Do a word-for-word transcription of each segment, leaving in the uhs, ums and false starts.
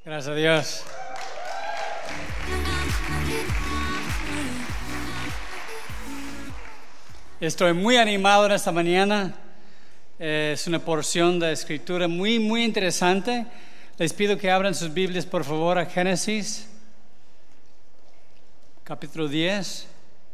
Gracias a Dios. Estoy muy animado en esta mañana. Eh, es una porción de escritura muy, muy interesante. Les pido que abran sus Biblias, por favor, a Génesis, capítulo diez.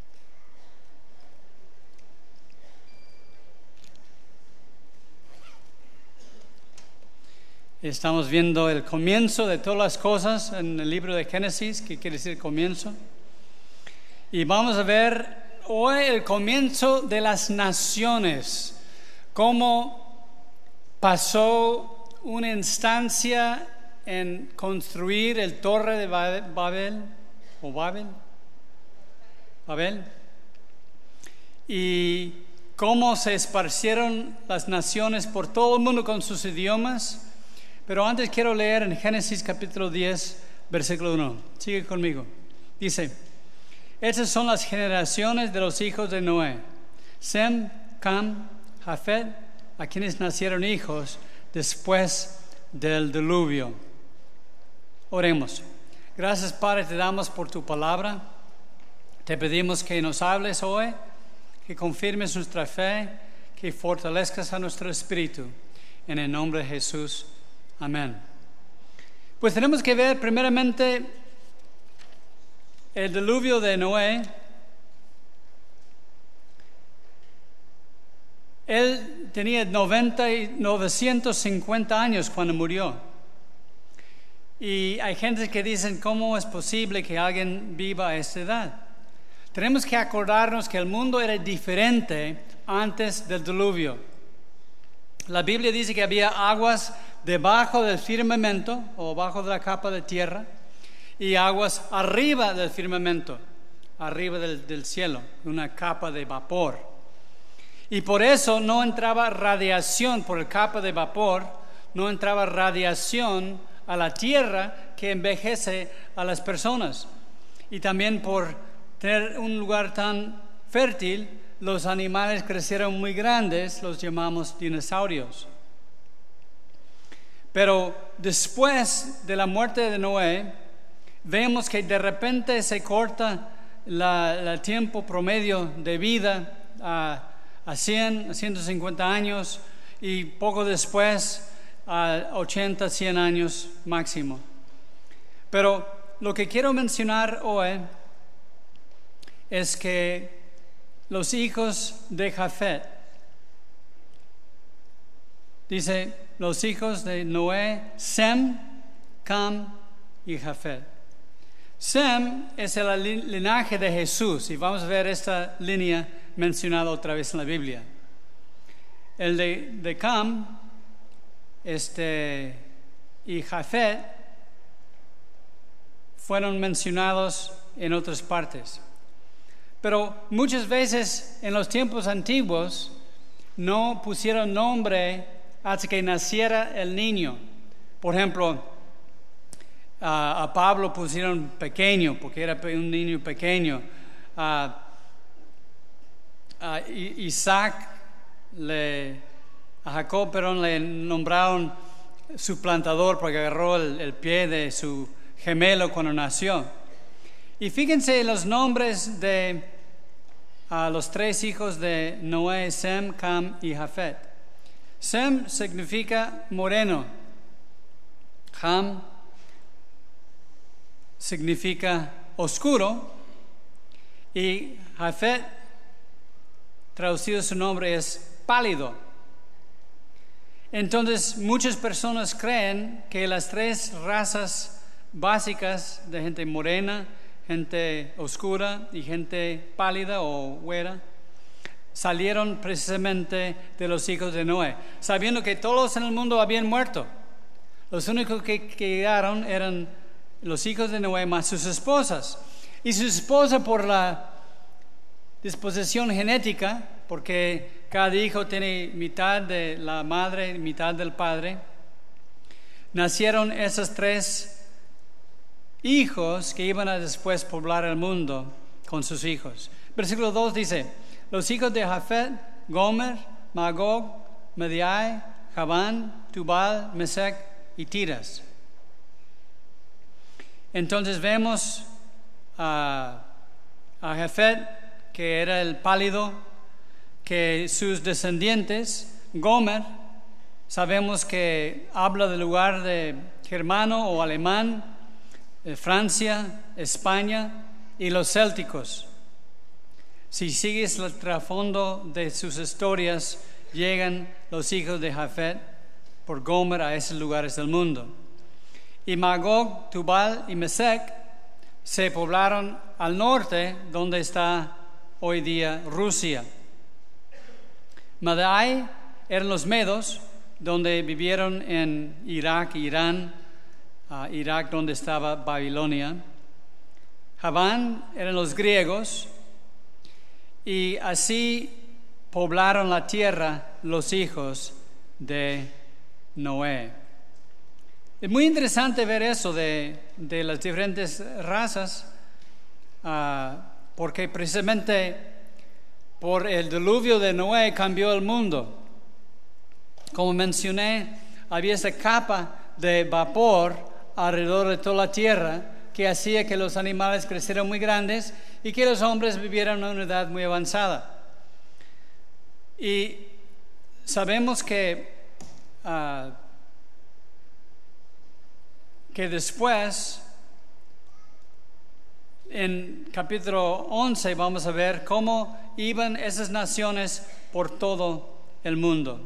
Estamos viendo el comienzo de todas las cosas en el libro de Génesis, que quiere decir comienzo. Y vamos a ver hoy el comienzo de las naciones, cómo pasó una instancia en construir el torre de Babel, o Babel, Babel, y cómo se esparcieron las naciones por todo el mundo con sus idiomas. Pero antes quiero leer en Génesis capítulo diez, versículo uno. Sigue conmigo. Dice: estas son las generaciones de los hijos de Noé: Sem, Cam, Jafet, a quienes nacieron hijos después del diluvio. Oremos. Gracias, Padre, te damos por tu palabra. Te pedimos que nos hables hoy, que confirmes nuestra fe, que fortalezcas a nuestro espíritu. En el nombre de Jesús. Amén. Pues tenemos que ver primeramente el diluvio de Noé. Él tenía noventa y novecientos cincuenta años cuando murió. Y hay gente que dicen, ¿cómo es posible que alguien viva a esta edad? Tenemos que acordarnos que el mundo era diferente antes del diluvio. La Biblia dice que había aguas debajo del firmamento o bajo de la capa de tierra y aguas arriba del firmamento, arriba del, del cielo, una capa de vapor. Y por eso no entraba radiación por la capa de vapor, no entraba radiación a la tierra que envejece a las personas. Y también por tener un lugar tan fértil, los animales crecieron muy grandes, los llamamos dinosaurios. Pero después de la muerte de Noé, vemos que de repente se corta el tiempo promedio de vida a, a cien, a ciento cincuenta años y poco después a ochenta, cien años máximo. Pero lo que quiero mencionar hoy es que los hijos de Jafet, dice, los hijos de Noé: Sem, Cam y Jafet. Sem es el linaje de Jesús, y vamos a ver esta línea mencionada otra vez en la Biblia. El de, de Cam este, y Jafet fueron mencionados en otras partes. Pero muchas veces en los tiempos antiguos no pusieron nombre hasta que naciera el niño. Por ejemplo, a, a Pablo pusieron pequeño porque era un niño pequeño. A, a Isaac, le, a Jacob, perdón, le nombraron suplantador porque agarró el, el pie de su gemelo cuando nació. Y fíjense los nombres de uh, los tres hijos de Noé: Sem, Cam y Jafet. Sem significa moreno. Cam significa oscuro. Y Jafet, traducido su nombre, es pálido. Entonces, muchas personas creen que las tres razas básicas de gente morena, gente oscura y gente pálida o güera, salieron precisamente de los hijos de Noé, sabiendo que todos en el mundo habían muerto. Los únicos que quedaron eran los hijos de Noé más sus esposas. Y su esposa, por la disposición genética, porque cada hijo tiene mitad de la madre y mitad del padre, nacieron esos tres hijos que iban a después poblar el mundo con sus hijos. Versículo dos dice: los hijos de Jafet: Gomer, Magog, Mediai, Javán, Tubal, Mesec y Tiras. Entonces vemos a, a Jafet, que era el pálido, que sus descendientes, Gomer, sabemos que habla del lugar de germano o alemán, de Francia, España y los célticos. Si sigues el trasfondo de sus historias, llegan los hijos de Jafet por Gomer a esos lugares del mundo. Y Magog, Tubal y Mesec se poblaron al norte, donde está hoy día Rusia. Madai eran los medos, donde vivieron en Irak, Irán, uh, Irak donde estaba Babilonia. Javán eran los griegos, y así poblaron la tierra los hijos de Noé. Es muy interesante ver eso de, de las diferentes razas, uh, porque precisamente por el diluvio de Noé cambió el mundo. Como mencioné, había esa capa de vapor alrededor de toda la tierra que hacía que los animales crecieran muy grandes y que los hombres vivieran a una edad muy avanzada. Y sabemos que, uh, que después, en capítulo once, vamos a ver cómo iban esas naciones por todo el mundo.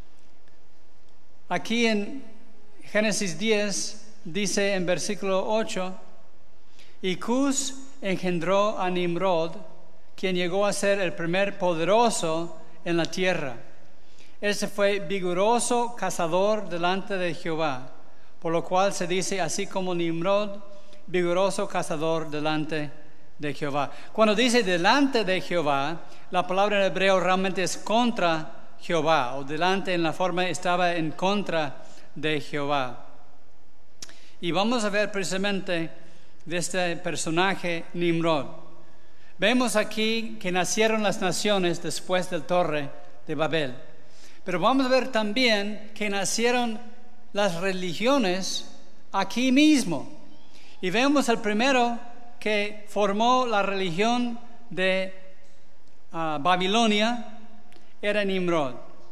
Aquí en Génesis diez dice en versículo ocho, y Cus engendró a Nimrod, quien llegó a ser el primer poderoso en la tierra. Este fue vigoroso cazador delante de Jehová, por lo cual se dice así como Nimrod, vigoroso cazador delante de Jehová. Cuando dice delante de Jehová, la palabra en hebreo realmente es contra Jehová, o delante en la forma estaba en contra de Jehová. Y vamos a ver precisamente de este personaje Nimrod. Vemos aquí que nacieron las naciones después del Torre de Babel. Pero vamos a ver también que nacieron las religiones aquí mismo. Y vemos el primero que formó la religión de uh, Babilonia, era Nimrod.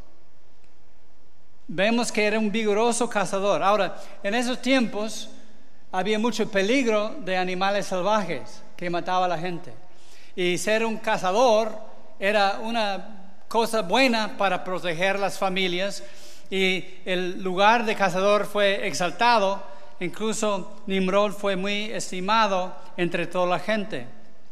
Vemos que era un vigoroso cazador. Ahora, en esos tiempos había mucho peligro de animales salvajes que mataba a la gente. Y ser un cazador era una cosa buena para proteger las familias. Y el lugar de cazador fue exaltado. Incluso Nimrod fue muy estimado entre toda la gente.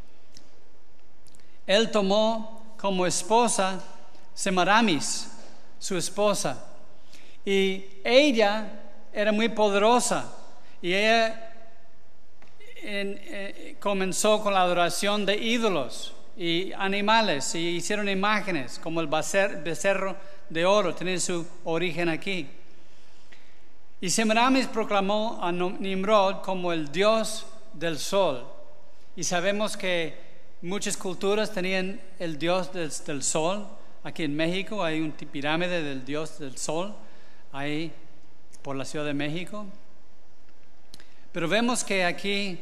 Él tomó como esposa Semaramis, su esposa, y ella era muy poderosa, y ella en, eh, comenzó con la adoración de ídolos y animales, y hicieron imágenes como el becerro de oro, tiene su origen aquí. Y Semaramis proclamó a Nimrod como el dios del sol, y sabemos que muchas culturas tenían el dios del, del sol. Aquí en México hay una pirámide del dios del sol, ahí por la Ciudad de México. Pero vemos que aquí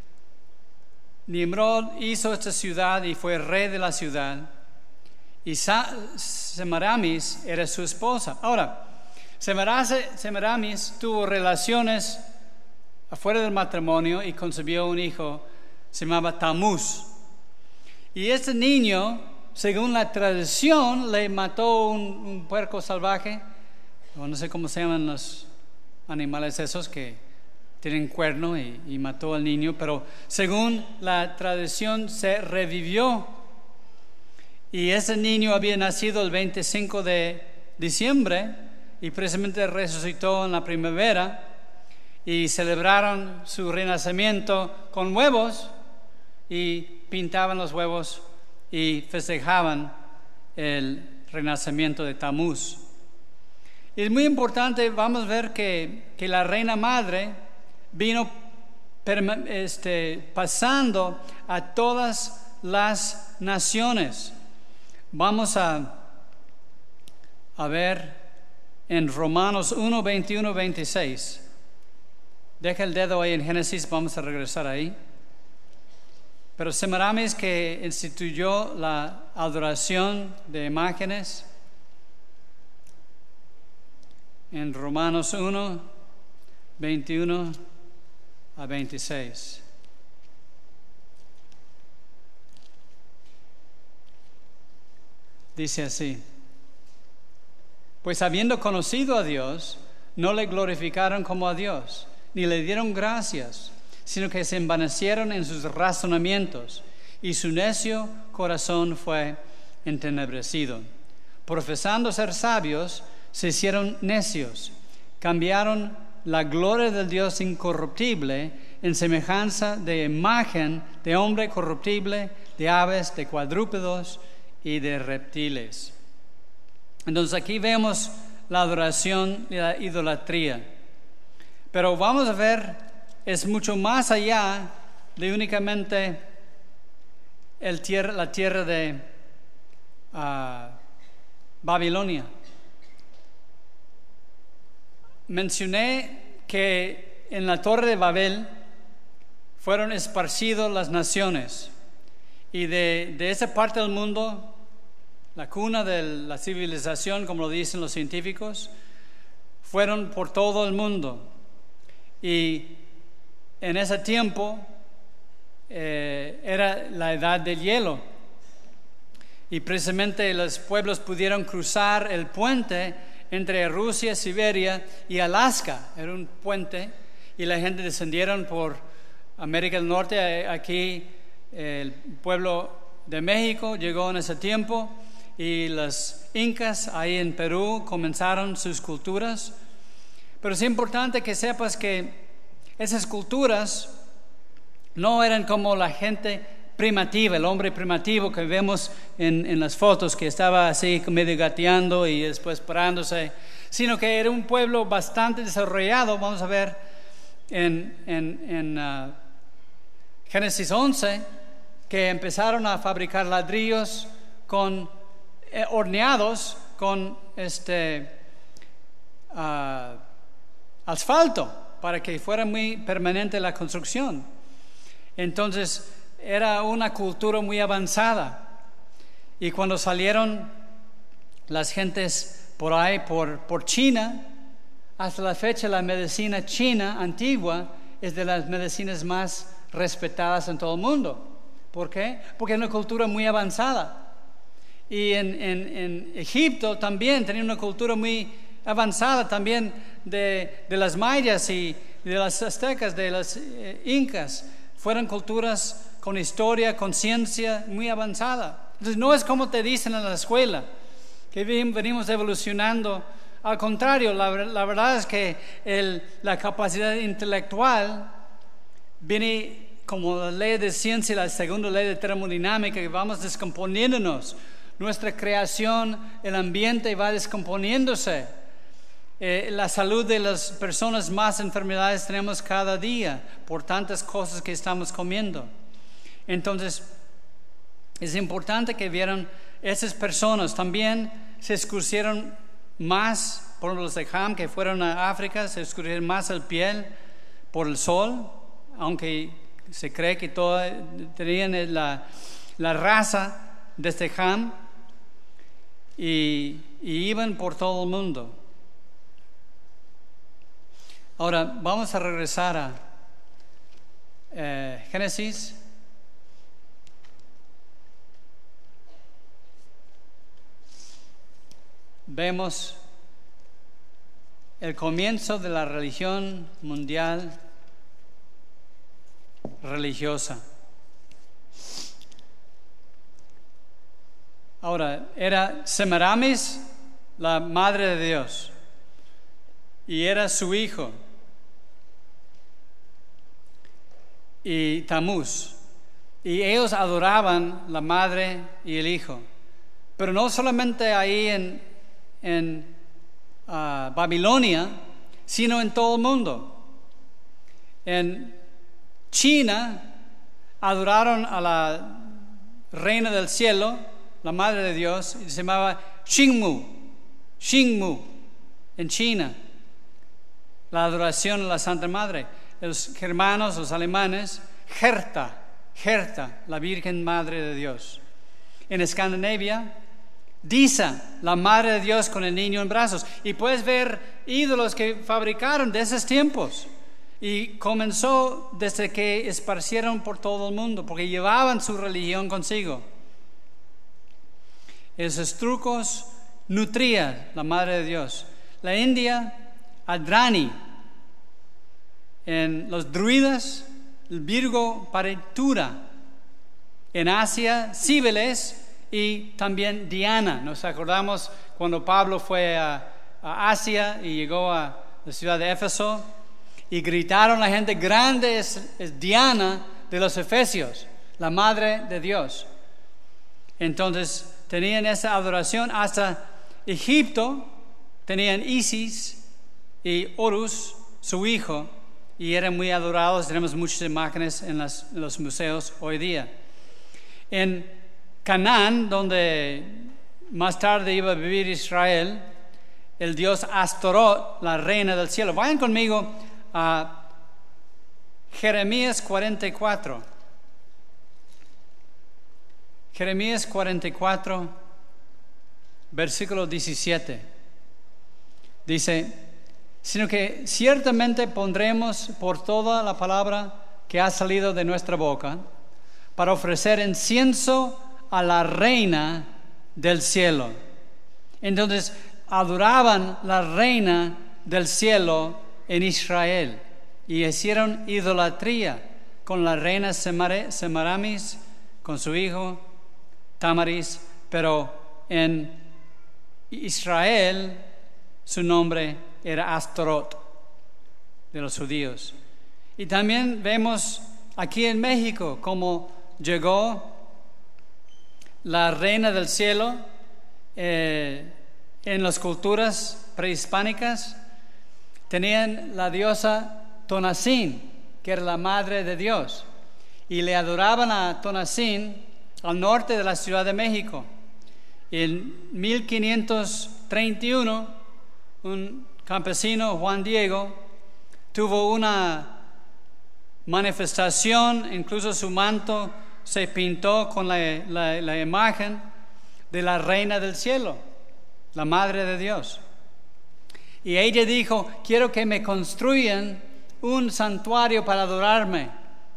Nimrod hizo esta ciudad y fue rey de la ciudad, y Semaramis era su esposa. Ahora, Semaramis tuvo relaciones afuera del matrimonio y concibió un hijo, se llamaba Tamuz. Y este niño, según la tradición, le mató un, un puerco salvaje, o no sé cómo se llaman los animales esos que tienen cuerno, y, y mató al niño, pero según la tradición se revivió. Y ese niño había nacido el veinticinco de diciembre y precisamente resucitó en la primavera, y celebraron su renacimiento con huevos y pintaban los huevos y festejaban el renacimiento de Tamuz. Y es muy importante, vamos a ver que, que la reina madre vino este, pasando a todas las naciones. Vamos a, a ver en Romanos uno, veintiuno, veintiséis. Deja el dedo ahí en Génesis, vamos a regresar ahí. Pero Semiramis, que instituyó la adoración de imágenes, en Romanos uno, veintiuno a veintiséis. Dice así: pues habiendo conocido a Dios, no le glorificaron como a Dios, ni le dieron gracias, sino que se envanecieron en sus razonamientos, y su necio corazón fue entenebrecido. Profesando ser sabios, se hicieron necios, cambiaron la gloria del Dios incorruptible en semejanza de imagen de hombre corruptible, de aves, de cuadrúpedos y de reptiles. Entonces aquí vemos la adoración y la idolatría. Pero vamos a ver, es mucho más allá de únicamente el tierra, la tierra de uh, Babilonia. Mencioné que en la Torre de Babel fueron esparcidas las naciones, y de, de esa parte del mundo, la cuna de la civilización, como lo dicen los científicos, fueron por todo el mundo. Y en ese tiempo eh, era la edad del hielo, y precisamente los pueblos pudieron cruzar el puente entre Rusia, Siberia y Alaska. Era un puente, y la gente descendieron por América del Norte. Aquí el pueblo de México llegó en ese tiempo, y los incas ahí en Perú comenzaron sus culturas. Pero es importante que sepas que esas culturas no eran como la gente primitiva, el hombre primitivo que vemos en, en las fotos, que estaba así medio gateando y después parándose, sino que era un pueblo bastante desarrollado. Vamos a ver en, en, en uh, Génesis once, que empezaron a fabricar ladrillos con eh, horneados con este uh, asfalto, para que fuera muy permanente la construcción. Entonces era una cultura muy avanzada, y cuando salieron las gentes por ahí, por, por China, hasta la fecha la medicina china antigua es de las medicinas más respetadas en todo el mundo. ¿Por qué? Porque es una cultura muy avanzada. Y en, en, en Egipto también tenía una cultura muy avanzada también de, de las mayas y de las aztecas, de los eh, incas. Fueron culturas con historia, con ciencia muy avanzada. Entonces no es como te dicen en la escuela, que venimos evolucionando. Al contrario, la, la verdad es que el, la capacidad intelectual viene como la ley de ciencia, la segunda ley de termodinámica, que vamos descomponiéndonos. Nuestra creación, el ambiente va descomponiéndose. Eh, la salud de las personas, más enfermedades tenemos cada día por tantas cosas que estamos comiendo. Entonces es importante que vieran esas personas. También se escurcieron más, por los de Ham que fueron a África, se escurcieron más el piel por el sol, aunque se cree que todos tenían la, la raza de este Ham, y, y iban por todo el mundo. Ahora vamos a regresar a eh, Génesis. Vemos el comienzo de la religión mundial religiosa. Ahora, era Semiramis, la madre de Dios, y era su hijo, y Tamuz, y ellos adoraban la madre y el hijo. Pero no solamente ahí en, en uh, Babilonia, sino en todo el mundo. En China adoraron a la reina del cielo, la madre de Dios, y se llamaba Xingmu, Xingmu, en China, la adoración a la Santa Madre. los germanos, los alemanes, Herta, Herta, la Virgen Madre de Dios. En Escandinavia, Disa, la Madre de Dios con el niño en brazos. Y puedes ver ídolos que fabricaron de esos tiempos. Y comenzó desde que esparcieron por todo el mundo, porque llevaban su religión consigo. Esos trucos nutría la Madre de Dios. La India, Adrani. En los druidas, el Virgo Paritura. En Asia, Cibeles y también Diana. Nos acordamos cuando Pablo fue a, a Asia y llegó a la ciudad de Éfeso y gritaron la gente, grande es, es Diana de los Efesios, la Madre de Dios. Entonces tenían esa adoración. Hasta Egipto tenían Isis y Horus, su hijo, y eran muy adorados. Tenemos muchas imágenes en, las, en los museos hoy día. En Canaán, donde más tarde iba a vivir Israel, el dios Astorot, la reina del cielo. Vayan conmigo a Jeremías cuarenta y cuatro. Jeremías cuarenta y cuatro, versículo diecisiete. Dice, sino que ciertamente pondremos por toda la palabra que ha salido de nuestra boca para ofrecer incienso a la reina del cielo. Entonces adoraban la reina del cielo en Israel y hicieron idolatría con la reina Semaramis, con su hijo Tamaris, pero en Israel su nombre era Astorot, de los judíos. Y también vemos aquí en México cómo llegó la reina del cielo eh, en las culturas prehispánicas. Tenían la diosa Tonacín, que era la madre de Dios, y le adoraban a Tonacín al norte de la Ciudad de México. En mil quinientos treinta y uno, un campesino, Juan Diego, tuvo una manifestación, incluso su manto se pintó con la, la, la imagen de la reina del cielo, la madre de Dios. Y ella dijo, quiero que me construyan un santuario para adorarme.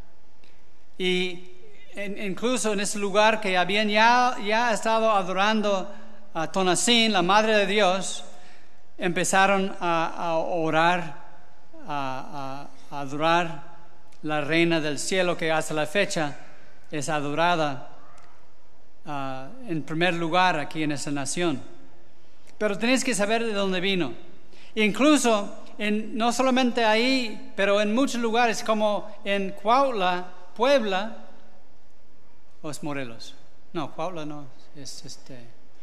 Y en, incluso en ese lugar que habían ya, ya estado adorando a Tonacín, la madre de Dios, empezaron a, a orar, a, a, a adorar la reina del cielo, que hasta la fecha es adorada uh, en primer lugar aquí en esta nación. Pero tenéis que saber de dónde vino. Incluso, en, no solamente ahí, pero en muchos lugares como en Cuautla, Puebla, o es Morelos. No, Cuautla no, es este...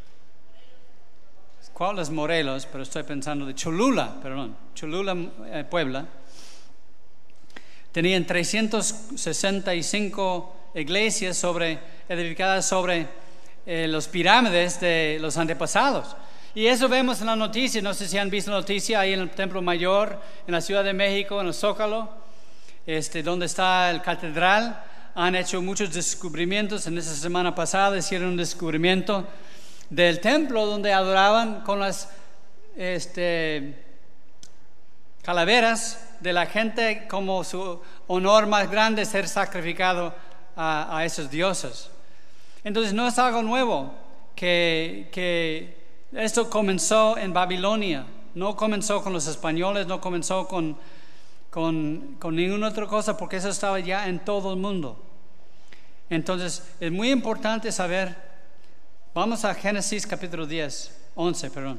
Cuautla es Morelos, pero estoy pensando de Cholula, perdón, Cholula, eh, Puebla. Tenían trescientas sesenta y cinco iglesias sobre, edificadas sobre eh, los pirámides de los antepasados. Y eso vemos en la noticia. No sé si han visto la noticia ahí en el Templo Mayor, en la Ciudad de México, en el Zócalo, este, donde está el catedral. Han hecho muchos descubrimientos. En esta semana pasada hicieron un descubrimiento del templo donde adoraban con las este, calaveras de la gente, como su honor más grande ser sacrificado a, a esos dioses. Entonces no es algo nuevo que, que esto comenzó en Babilonia, no comenzó con los españoles, no comenzó con, con, con ninguna otra cosa, porque eso estaba ya en todo el mundo. Entonces es muy importante saber. Vamos a Génesis capítulo diez, once, perdón.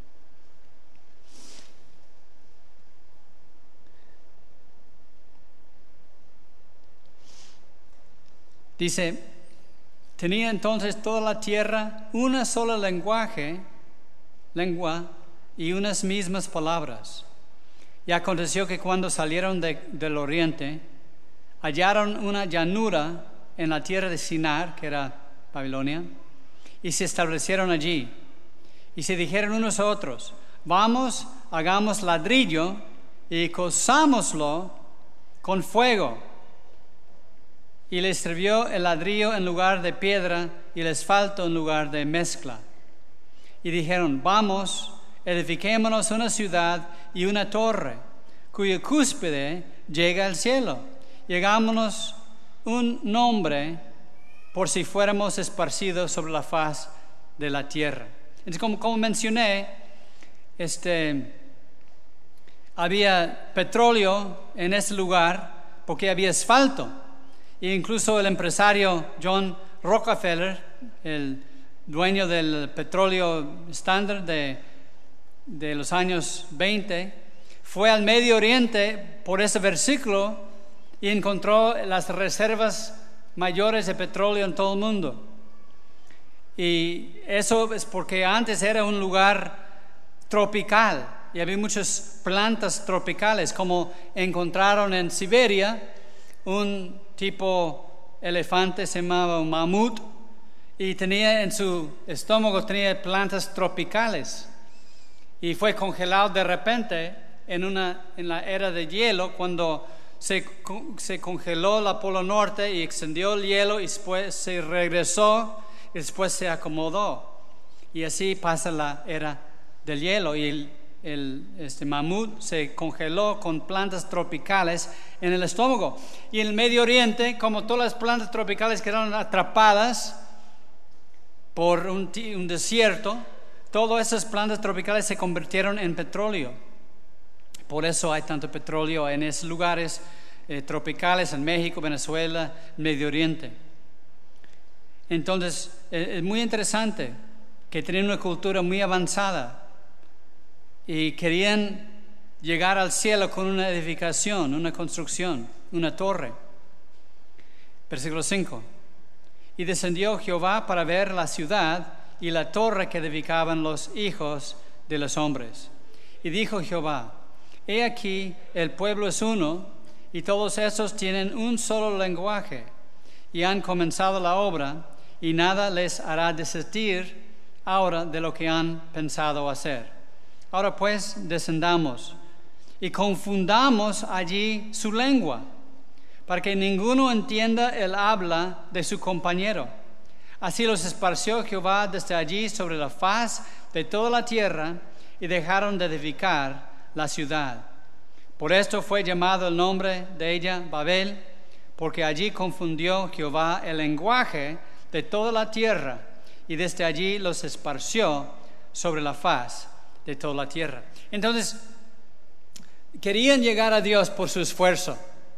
Dice, tenía entonces toda la tierra una sola lenguaje, lengua y unas mismas palabras. Y aconteció que cuando salieron de, del oriente, hallaron una llanura en la tierra de Sinar, que era Babilonia, y se establecieron allí. Y se dijeron unos a otros, vamos, hagamos ladrillo y cosámoslo con fuego, y les sirvió el ladrillo en lugar de piedra y el asfalto en lugar de mezcla. Y dijeron, vamos, edifiquémonos una ciudad y una torre, cuya cúspide llega al cielo. Llegámonos un nombre por si fuéramos esparcidos sobre la faz de la tierra. Entonces, como, como mencioné, este, había petróleo en ese lugar porque había asfalto. E incluso el empresario John Rockefeller, el dueño del petróleo estándar de, de los años veinte, fue al Medio Oriente por ese versículo y encontró las reservas mayores de petróleo en todo el mundo. Y eso es porque antes era un lugar tropical y había muchas plantas tropicales, como encontraron en Siberia un tipo elefante, se llamaba un mamut, y tenía en su estómago tenía plantas tropicales, y fue congelado de repente en, una, en la era de hielo, cuando se, se congeló la Polo Norte y extendió el hielo, y después se regresó y después se acomodó, y así pasa la era del hielo, y el El, este mamut se congeló con plantas tropicales en el estómago. Y en el Medio Oriente, como todas las plantas tropicales quedaron atrapadas por un, un desierto, todas esas plantas tropicales se convirtieron en petróleo. Por eso hay tanto petróleo en esos lugares eh, tropicales, en México, Venezuela, Medio Oriente. Entonces, eh, es muy interesante que tienen una cultura muy avanzada y querían llegar al cielo con una edificación, una construcción, una torre. Versículo cinco. Y descendió Jehová para ver la ciudad y la torre que edificaban los hijos de los hombres. Y dijo Jehová, he aquí el pueblo es uno, y todos esos tienen un solo lenguaje, y han comenzado la obra, y nada les hará desistir ahora de lo que han pensado hacer. Ahora pues, descendamos y confundamos allí su lengua, para que ninguno entienda el habla de su compañero. Así los esparció Jehová desde allí sobre la faz de toda la tierra, y dejaron de edificar la ciudad. Por esto fue llamado el nombre de ella Babel, porque allí confundió Jehová el lenguaje de toda la tierra, y desde allí los esparció sobre la faz de toda la tierra. Entonces, querían llegar a Dios por su esfuerzo.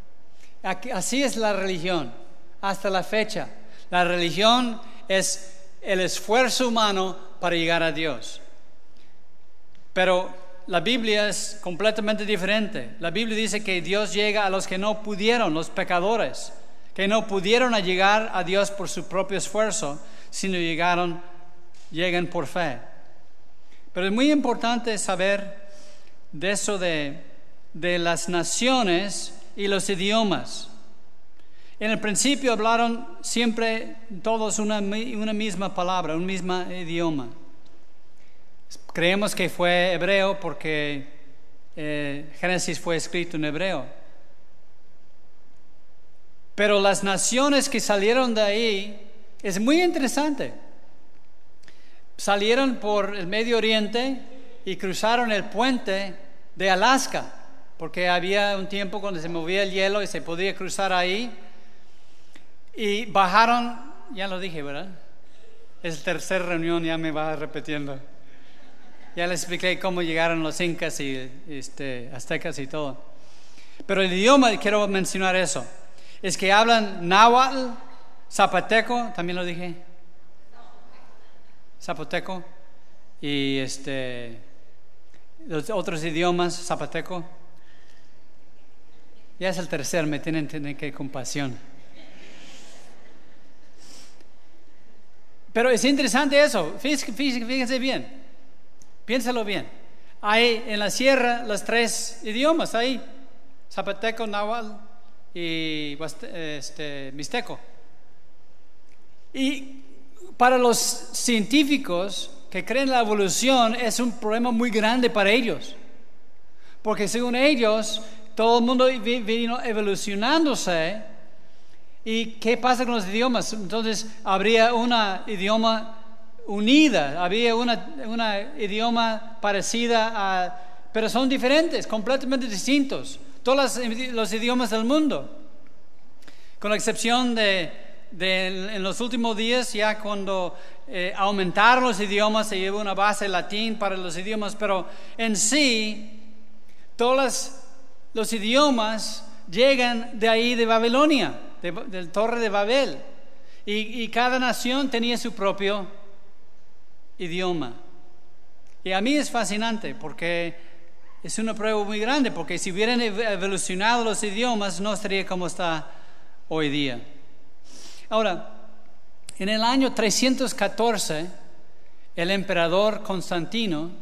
Así es la religión, hasta la fecha. La religión es el esfuerzo humano para llegar a Dios. Pero la Biblia es completamente diferente. La Biblia dice que Dios llega a los que no pudieron, los pecadores, que no pudieron llegar a Dios por su propio esfuerzo, sino llegaron, llegan por fe. Pero es muy importante saber de eso de, de las naciones y los idiomas. En el principio hablaron siempre todos una, una misma palabra, un mismo idioma. Creemos que fue hebreo porque eh, Génesis fue escrito en hebreo. Pero las naciones que salieron de ahí es muy interesante. Salieron por el Medio Oriente y cruzaron el puente de Alaska, porque había un tiempo cuando se movía el hielo y se podía cruzar ahí. Y bajaron, ya lo dije, ¿verdad? Es la tercera reunión, ya me va repitiendo. Ya les expliqué cómo llegaron los incas y este, aztecas y todo. Pero el idioma, quiero mencionar eso, es que hablan náhuatl, zapoteco, también lo dije, zapoteco, y este, los otros idiomas, zapoteco. Ya es el tercer, me tienen, tienen que compasión. Pero es interesante eso, fíjense, fíjense bien, piénsalo bien. Hay en la sierra los tres idiomas, hay zapoteco, náhuatl y este, mixteco. Y para los científicos que creen en la evolución es un problema muy grande para ellos, porque según ellos todo el mundo vino evolucionándose. ¿Y qué pasa con los idiomas? Entonces, habría un idioma unida, había una, una idioma parecida a, pero son diferentes, completamente distintos, todos los, los idiomas del mundo, con la excepción de, de en los últimos días, ya cuando eh, aumentaron los idiomas, se llevó una base latín para los idiomas, pero en sí, todos los, los idiomas llegan de ahí, de Babilonia, de, de la Torre de Babel, y, y cada nación tenía su propio idioma. Y a mí es fascinante porque es una prueba muy grande, porque si hubieran evolucionado los idiomas no estaría como está hoy día. Ahora, en el año trescientos catorce, el emperador Constantino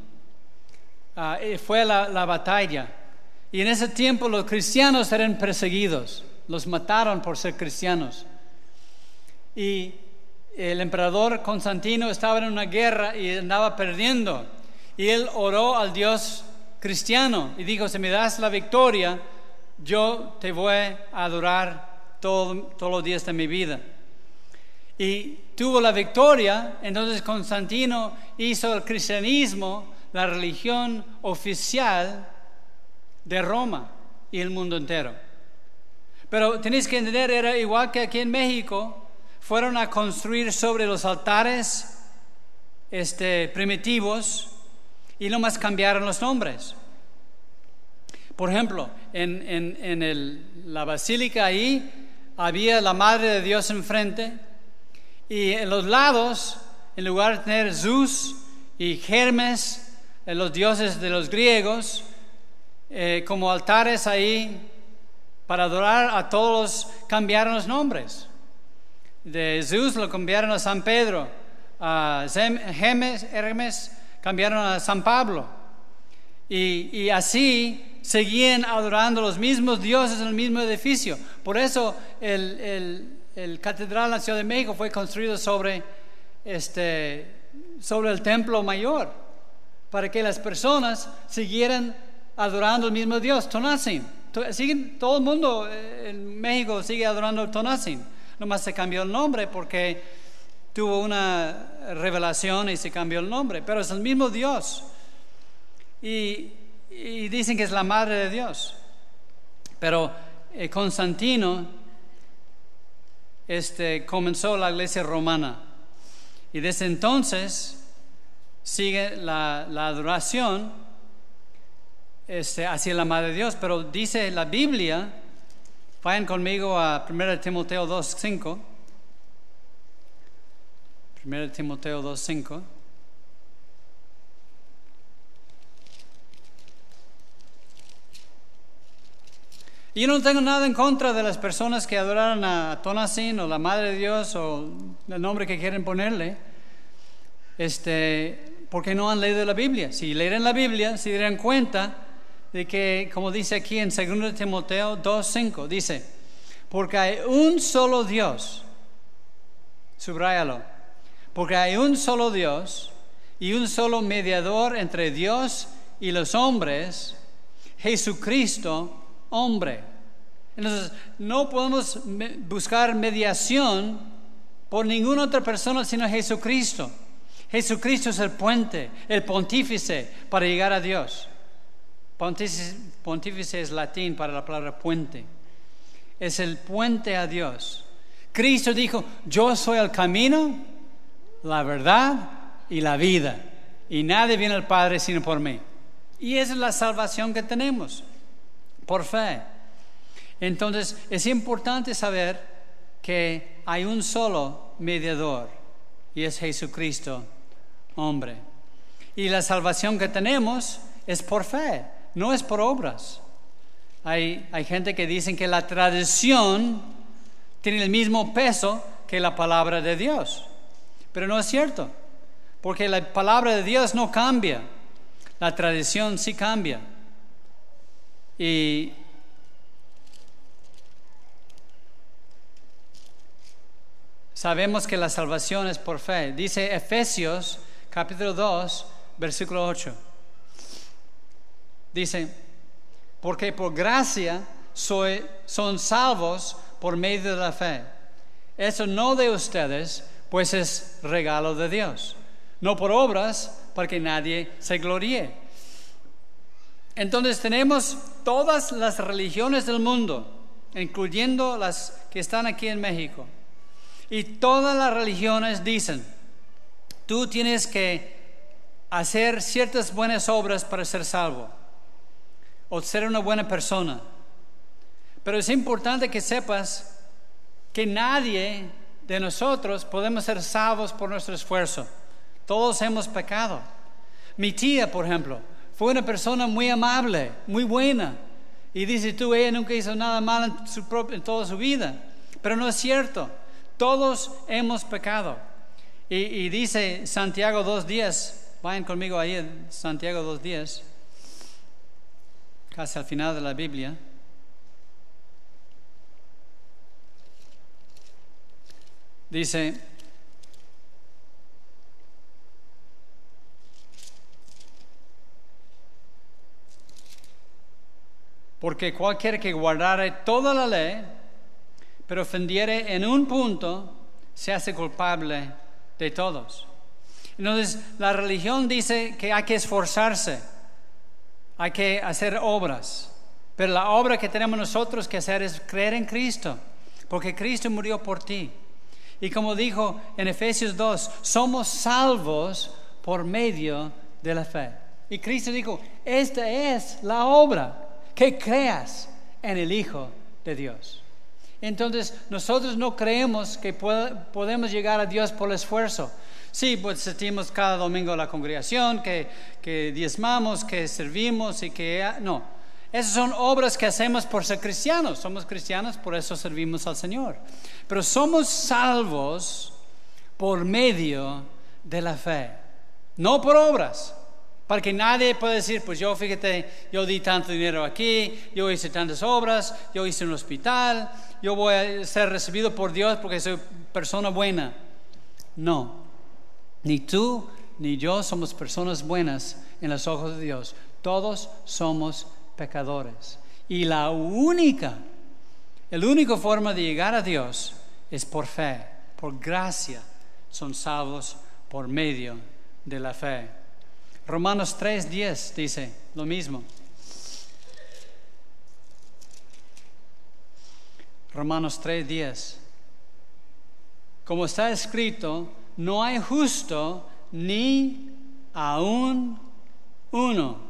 uh, fue a la, la batalla, y en ese tiempo los cristianos eran perseguidos, los mataron por ser cristianos. Y el emperador Constantino estaba en una guerra y andaba perdiendo. Y él oró al Dios cristiano y dijo: si me das la victoria, yo te voy a adorar todo, todos los días de mi vida. Y tuvo la victoria. Entonces Constantino hizo el cristianismo la religión oficial de Roma y el mundo entero. Pero tenéis que entender, era igual que aquí en México. Fueron a construir sobre los altares este, primitivos y nomás cambiaron los nombres. Por ejemplo, en, en, en el, la basílica ahí había la Madre de Dios enfrente, y en los lados, en lugar de tener Zeus y Hermes, los dioses de los griegos, eh, como altares ahí para adorar a todos, cambiaron los nombres. De Zeus lo cambiaron a San Pedro, a Hermes, Hermes cambiaron a San Pablo, y, y así seguían adorando los mismos dioses en el mismo edificio. Por eso el, el, el Catedral de la Ciudad de México fue construido sobre, este, sobre el templo mayor, para que las personas siguieran adorando el mismo Dios, Tonantzin. Siguen, todo el mundo en México sigue adorando Tonantzin. Nomás se cambió el nombre porque tuvo una revelación y se cambió el nombre. Pero es el mismo Dios. Y, y dicen que es la madre de Dios. Pero eh, Constantino este, comenzó la iglesia romana. Y desde entonces sigue la, la adoración este, hacia la madre de Dios. Pero dice la Biblia... Vayan conmigo a primera Timoteo dos cinco. primera Timoteo dos cinco. Yo no tengo nada en contra de las personas que adoraron a Tonantzin o la Madre de Dios o el nombre que quieren ponerle, este, porque no han leído la Biblia. Si leen la Biblia, se darán cuenta de que, como dice aquí en segunda Timoteo dos cinco, dice: porque hay un solo Dios, subráyalo, porque hay un solo Dios y un solo mediador entre Dios y los hombres, Jesucristo, hombre. Entonces, no podemos buscar mediación por ninguna otra persona sino Jesucristo. Jesucristo es el puente, el pontífice para llegar a Dios. Pontífice, pontífice es latín para la palabra puente. Es el puente a Dios. Cristo dijo: yo soy el camino, la verdad y la vida, y nadie viene al Padre sino por mí. Y esa es la salvación que tenemos, por fe. Entonces es importante saber que hay un solo mediador, y es Jesucristo, hombre. Y la salvación que tenemos es por fe, no es por obras. Hay, hay gente que dicen que la tradición tiene el mismo peso que la palabra de Dios, pero no es cierto, porque la palabra de Dios no cambia, la tradición sí cambia. Y sabemos que la salvación es por fe. Dice Efesios capítulo dos, versículo ocho. Dice: porque por gracia soy, son salvos por medio de la fe. Eso no de ustedes, pues es regalo de Dios. No por obras, para que nadie se gloríe. Entonces tenemos todas las religiones del mundo, incluyendo las que están aquí en México. Y todas las religiones dicen, tú tienes que hacer ciertas buenas obras para ser salvo, o ser una buena persona. Pero es importante que sepas que nadie de nosotros podemos ser salvos por nuestro esfuerzo. Todos hemos pecado. Mi tía, por ejemplo, fue una persona muy amable, muy buena. Y dice tú, ella nunca hizo nada mal en, su propia, en toda su vida. Pero no es cierto. Todos hemos pecado. Y, y dice Santiago dos diez, vayan conmigo ahí en Santiago dos diez, casi al final de la Biblia. Dice, porque cualquiera que guardare toda la ley, pero ofendiere en un punto, se hace culpable de todos. Entonces, la religión dice que hay que esforzarse, hay que hacer obras, pero la obra que tenemos nosotros que hacer es creer en Cristo, porque Cristo murió por ti. Y como dijo en Efesios dos, somos salvos por medio de la fe. Y Cristo dijo, esta es la obra, que creas en el Hijo de Dios. Entonces, nosotros no creemos que pod- podemos llegar a Dios por el esfuerzo. Sí, pues asistimos cada domingo a la congregación, que, que diezmamos, que servimos y que... No, esas son obras que hacemos por ser cristianos. Somos cristianos, por eso servimos al Señor. Pero somos salvos por medio de la fe, no por obras. Para que nadie pueda decir, pues yo, fíjate, yo di tanto dinero aquí, yo hice tantas obras, yo hice un hospital, yo voy a ser recibido por Dios porque soy persona buena. No, ni tú ni yo somos personas buenas en los ojos de Dios. Todos somos pecadores. Y la única, la única forma de llegar a Dios es por fe, por gracia. Son salvos por medio de la fe. Romanos tres diez dice lo mismo. Romanos tres diez. Como está escrito, no hay justo ni aún uno.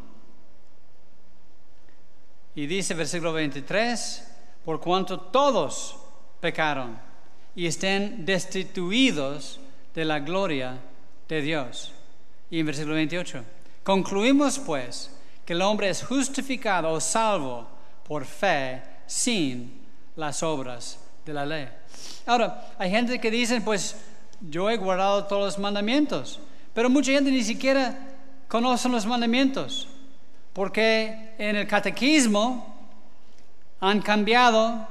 Y dice versículo veintitrés, por cuanto todos pecaron y estén destituidos de la gloria de Dios. Y en versículo veintiocho, concluimos pues que el hombre es justificado o salvo por fe sin las obras de la ley. Ahora, hay gente que dice, pues yo he guardado todos los mandamientos, pero mucha gente ni siquiera conoce los mandamientos, porque en el catequismo han cambiado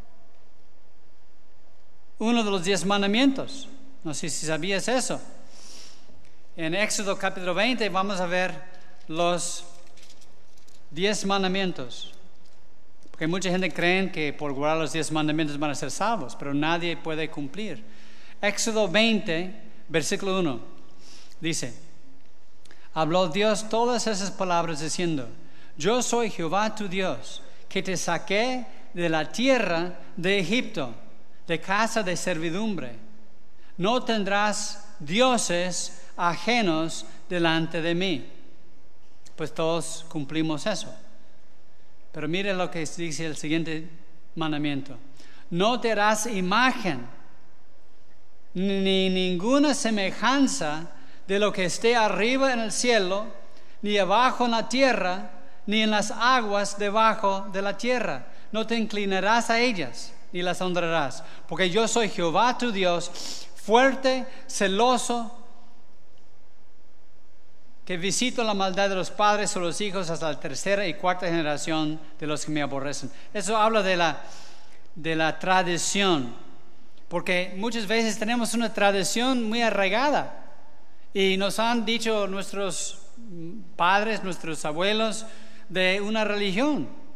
uno de los diez mandamientos. No sé si sabías eso. En Éxodo capítulo veinte vamos a ver los diez mandamientos. Porque mucha gente cree que por guardar los diez mandamientos van a ser salvos, pero nadie puede cumplir. Éxodo veinte, versículo uno, dice, habló Dios todas esas palabras diciendo, yo soy Jehová tu Dios, que te saqué de la tierra de Egipto, de casa de servidumbre. No tendrás dioses ajenos delante de mí. Pues todos cumplimos eso. Pero mire lo que dice el siguiente mandamiento. No te harás imagen ni ninguna semejanza de lo que esté arriba en el cielo, ni abajo en la tierra, ni en las aguas debajo de la tierra. No te inclinarás a ellas, ni las honrarás, porque yo soy Jehová tu Dios, fuerte, celoso, que visito la maldad de los padres sobre los hijos hasta la tercera y cuarta generación de los que me aborrecen. Eso habla de la, de la tradición, porque muchas veces tenemos una tradición muy arraigada y nos han dicho nuestros padres, nuestros abuelos, de una religión.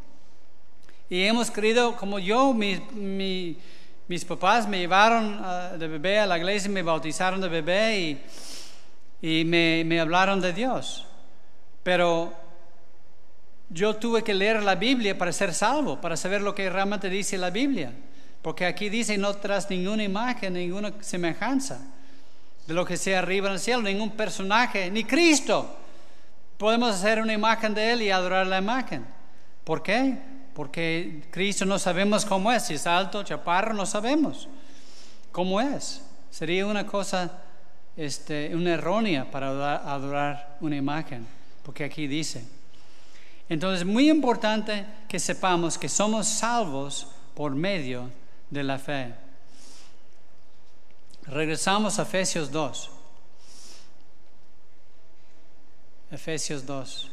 Y hemos creído, como yo, mi, mi, mis papás me llevaron uh, de bebé a la iglesia, me bautizaron de bebé y, y me, me hablaron de Dios. Pero yo tuve que leer la Biblia para ser salvo, para saber lo que realmente dice la Biblia. Porque aquí dice, no tras ninguna imagen, ninguna semejanza de lo que sea arriba en el cielo, ningún personaje, ni Cristo. Podemos hacer una imagen de Él y adorar la imagen. ¿Por qué? Porque Cristo no sabemos cómo es. Si es alto, chaparro, no sabemos cómo es. Sería una cosa, este, una errónea para adorar, adorar una imagen. Porque aquí dice. Entonces es muy importante que sepamos que somos salvos por medio de la fe. Regresamos a Efesios dos. Efesios dos.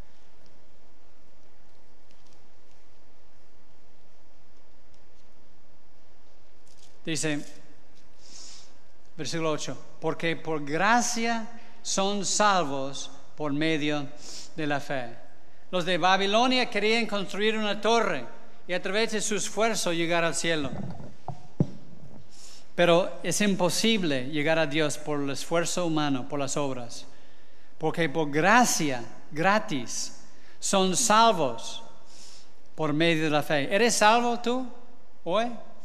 Dice, versículo ocho, porque por gracia son salvos por medio de la fe. Los de Babilonia querían construir una torre y a través de su esfuerzo llegar al cielo. Pero es imposible llegar a Dios por el esfuerzo humano, por las obras. Porque por gracia, gratis, son salvos por medio de la fe. ¿Eres salvo tú hoy?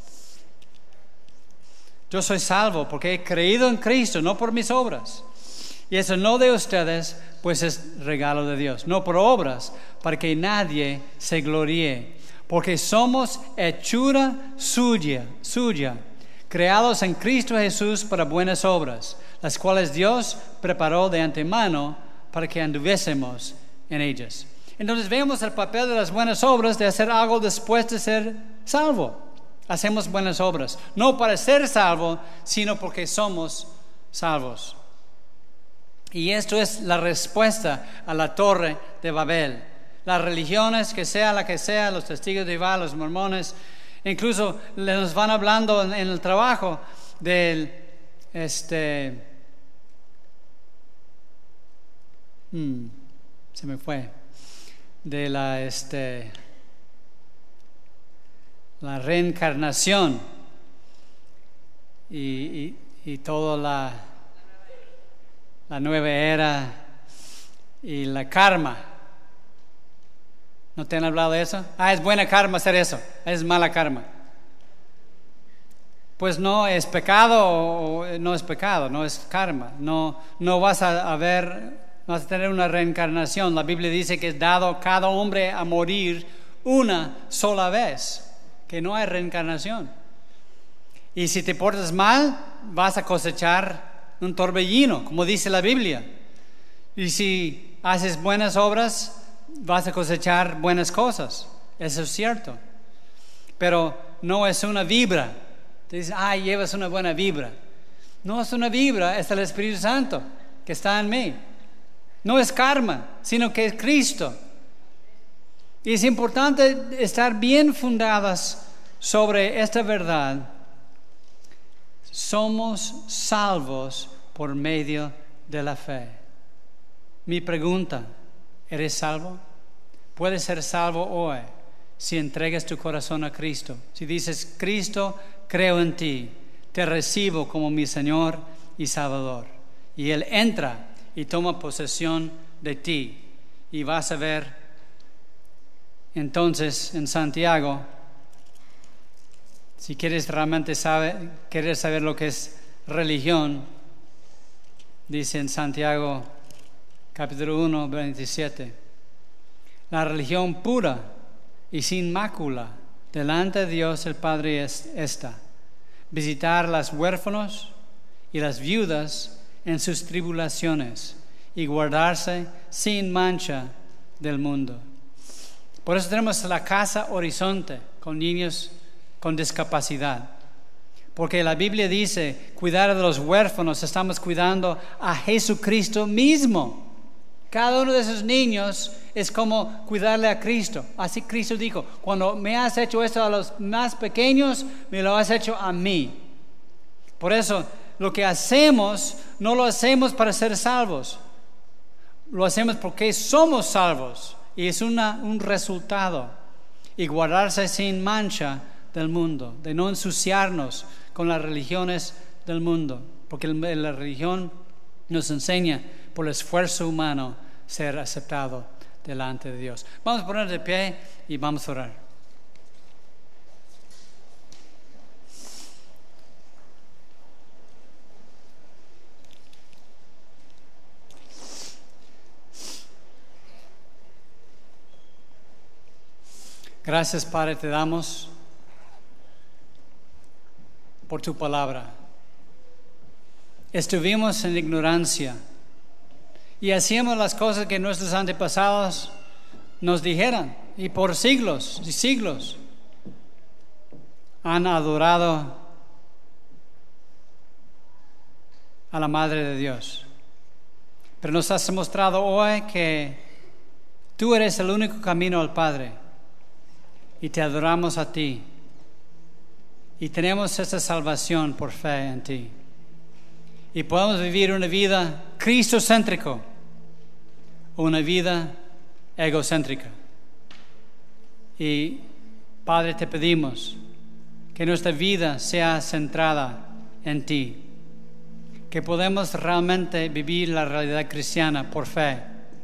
Yo soy salvo porque he creído en Cristo, no por mis obras. Y eso no de ustedes, pues es regalo de Dios. No por obras, para que nadie se gloríe. Porque somos hechura suya, suya, creados en Cristo Jesús para buenas obras, las cuales Dios preparó de antemano para que anduviésemos en ellas. Entonces vemos el papel de las buenas obras, de hacer algo después de ser salvo. Hacemos buenas obras, no para ser salvo, sino porque somos salvos. Y esto es la respuesta a la torre de Babel. Las religiones, que sea la que sea, los testigos de Jehová, los mormones, incluso nos van hablando en, en el trabajo del, este, hmm, se me fue, de la, este, la reencarnación y, y, y toda la, la nueva era y la karma. ¿No te han hablado de eso? Ah, es buena karma hacer eso, es mala karma. Pues no es pecado o no es pecado, no es karma. No, no vas a, a ver, no vas a tener una reencarnación. La Biblia dice que es dado a cada hombre a morir una sola vez, que no hay reencarnación. Y si te portas mal, vas a cosechar un torbellino, como dice la Biblia. Y si haces buenas obras, vas a cosechar buenas cosas. Eso es cierto. Pero no es una vibra. Te dices, ay, llevas una buena vibra. No es una vibra, es el Espíritu Santo que está en mí. No es karma, sino que es Cristo. Y es importante estar bien fundadas sobre esta verdad. Somos salvos por medio de la fe. Mi pregunta, ¿eres salvo? Puedes ser salvo hoy si entregas tu corazón a Cristo. Si dices, Cristo, creo en ti, te recibo como mi Señor y Salvador. Y Él entra y toma posesión de ti. Y vas a ver entonces en Santiago, si quieres realmente saber, quieres saber lo que es religión, dice en Santiago capítulo uno, veintisiete. La religión pura y sin mácula delante de Dios el Padre es esta: visitar las huérfanos y las viudas en sus tribulaciones y guardarse sin mancha del mundo. Por eso tenemos la Casa Horizonte con niños con discapacidad. Porque la Biblia dice, cuidar de los huérfanos, estamos cuidando a Jesucristo mismo. Cada uno de esos niños es como cuidarle a Cristo. Así Cristo dijo, cuando me has hecho esto a los más pequeños, me lo has hecho a mí. Por eso, lo que hacemos, no lo hacemos para ser salvos. Lo hacemos porque somos salvos. Y es una, un resultado. y guardarse sin mancha del mundo, de no ensuciarnos con las religiones del mundo, porque la religión nos enseña por el esfuerzo humano ser aceptado delante de Dios. Vamos a poner de pie y vamos a orar. Gracias, Padre, te damos por tu palabra. Estuvimos en ignorancia y hacíamos las cosas que nuestros antepasados nos dijeran, y por siglos y siglos han adorado a la Madre de Dios. Pero nos has mostrado hoy que tú eres el único camino al Padre. Y te adoramos a ti. Y tenemos esta salvación por fe en ti. Y podemos vivir una vida cristocéntrica o una vida egocéntrica. Y Padre, te pedimos que nuestra vida sea centrada en ti. Que podemos realmente vivir la realidad cristiana por fe.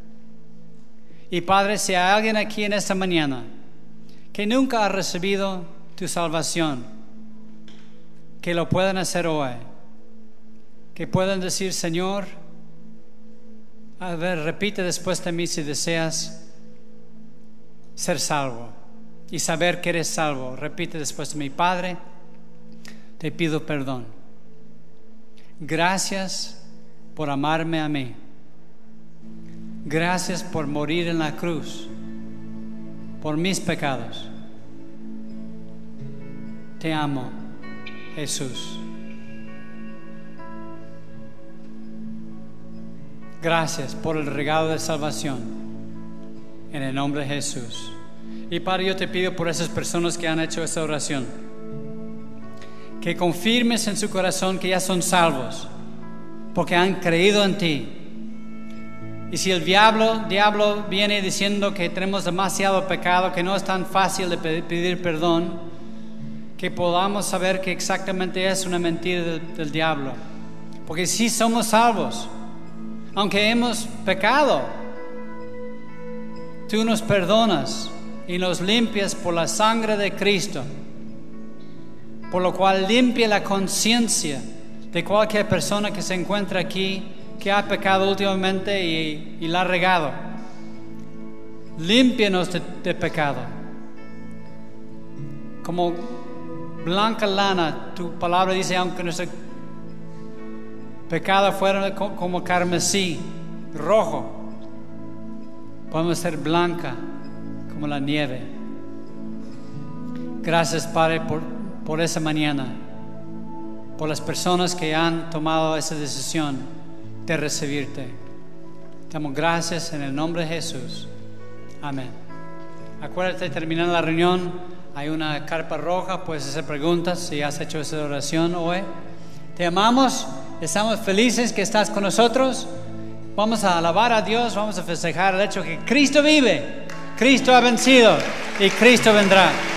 Y Padre, si hay alguien aquí en esta mañana que nunca ha recibido tu salvación, que lo puedan hacer hoy, que puedan decir: Señor, a ver, repite después de mí si deseas ser salvo y saber que eres salvo. Repite después de mí: Padre, te pido perdón. Gracias por amarme a mí. Gracias por morir en la cruz por mis pecados. Te amo, Jesús. Gracias por el regalo de salvación. En el nombre de Jesús. Y Padre, yo te pido por esas personas que han hecho esta oración, que confirmes en su corazón que ya son salvos, porque han creído en ti. Y si el diablo, diablo viene diciendo que tenemos demasiado pecado, que no es tan fácil de pedir perdón, que podamos saber que exactamente es una mentira del, del diablo. Porque sí somos salvos, aunque hemos pecado, tú nos perdonas y nos limpias por la sangre de Cristo, por lo cual limpia la conciencia de cualquier persona que se encuentra aquí, que ha pecado últimamente y, y la ha regado. Límpianos de, de pecado. Como blanca lana, tu palabra dice, aunque nuestro pecado fuera como carmesí, rojo, podemos ser blanca como la nieve. Gracias, Padre, por, por esa mañana, por las personas que han tomado esa decisión de recibirte. Te damos gracias en el nombre de Jesús. Amén. Acuérdate, terminando la reunión, hay una carpa roja, puedes hacer preguntas si has hecho esa oración hoy. Te amamos, estamos felices que estás con nosotros. Vamos a alabar a Dios, vamos a festejar el hecho que Cristo vive, Cristo ha vencido y Cristo vendrá.